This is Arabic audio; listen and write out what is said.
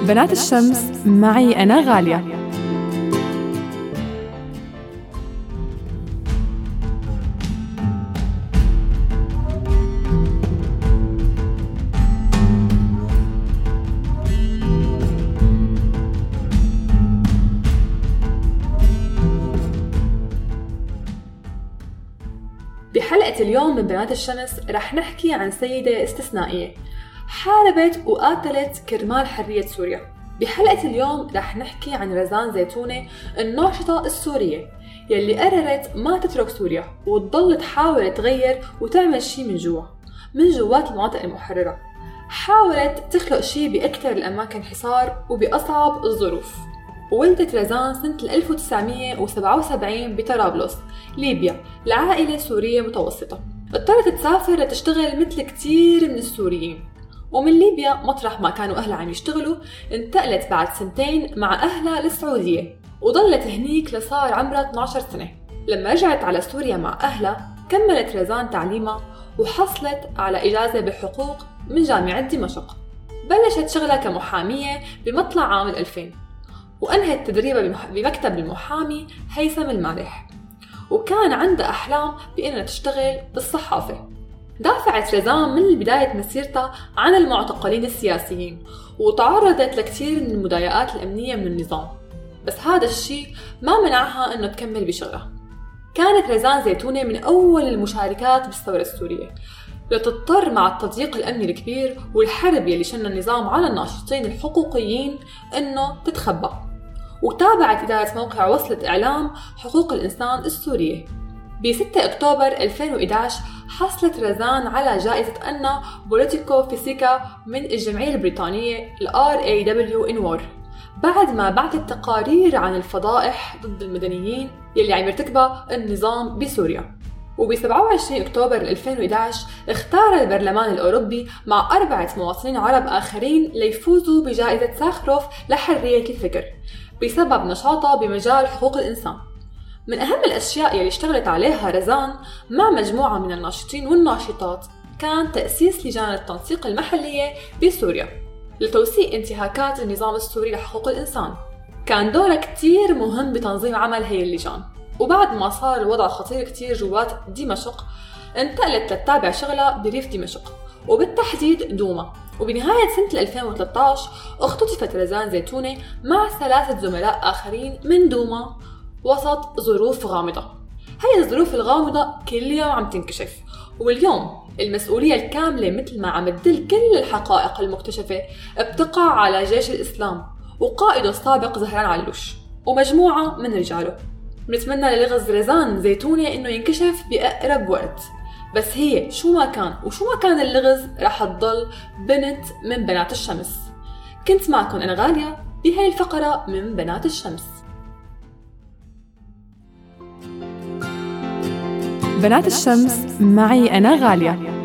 بنات الشمس معي أنا غالية. بحلقة اليوم من بنات الشمس رح نحكي عن سيدة استثنائية حاربت وقاتلت كرمال حرية سوريا. بحلقة اليوم رح نحكي عن رزان زيتونة الناشطة السورية يلي قررت ما تترك سوريا وتضل تحاول تغير وتعمل شي من جوات المناطق المحررة. حاولت تخلق شي بأكثر الأماكن حصار وبأصعب الظروف. ولدت رزان سنة 1977 بطرابلس ليبيا لعائلة سورية متوسطة. اضطرت تسافر لتشتغل مثل كتير من السوريين، ومن ليبيا مطرح ما كانوا أهلها عم يشتغلوا انتقلت بعد سنتين مع أهلها للسعودية وظلت هنيك لصار عمرها 12 سنة. لما رجعت على سوريا مع أهلها كملت رزان تعليمها وحصلت على إجازة بحقوق من جامعة دمشق. بلشت شغلها كمحامية بمطلع عام 2000 وأنهت تدريبها بمكتب المحامي هيثم المالح، وكان عندها أحلام بأنها تشتغل بالصحافة. دافعت رزان من بداية مسيرتها عن المعتقلين السياسيين وتعرضت لكثير من المضايقات الأمنية من النظام، بس هذا الشيء ما منعها أنه تكمل بشغلها. كانت رزان زيتونة من أول المشاركات بالثورة السورية، لتضطر مع التضييق الأمني الكبير والحرب يلي شن النظام على الناشطين الحقوقيين أنه تتخبى. وتابعت إدارة موقع وصلة إعلام حقوق الإنسان السورية. ب6 أكتوبر 2011 حصلت رزان على جائزة أنا بوليتيكو فيسيكا من الجمعية البريطانية RAW in War بعد ما بعثت تقارير عن الفضائح ضد المدنيين يلي عم يرتكبها النظام بسوريا. وب27 أكتوبر 2011 اختار البرلمان الأوروبي مع 4 مواطنين عرب آخرين ليفوزوا بجائزة ساخروف لحرية الفكر بسبب نشاطها بمجال حقوق الإنسان. من أهم الأشياء يلي اشتغلت عليها رزان مع مجموعة من الناشطين والناشطات كان تأسيس لجان التنسيق المحلية بسوريا لتوثيق انتهاكات النظام السوري لحقوق الإنسان. كان دورها كتير مهم بتنظيم عمل هي اللجان. وبعد ما صار الوضع خطير كتير جوات دمشق انتقلت لتتابع شغلها بريف دمشق وبالتحديد دوما. وبنهاية سنة 2013 اختطفت رزان زيتونة مع 3 زملاء آخرين من دوما وسط ظروف غامضة. هاي الظروف الغامضة كل يوم عم تنكشف، واليوم المسؤولية الكاملة مثل ما عم تدل كل الحقائق المكتشفة بتقع على جيش الإسلام وقائده السابق زهران علوش ومجموعة من رجاله. بنتمنى للغز رزان زيتونة إنه ينكشف بأقرب وقت، بس هي شو ما كان اللغز رح تضل بنت من بنات الشمس. كنت معكم أنا غالية بهاي الفقرة من بنات الشمس. بنات الشمس معي أنا غالية.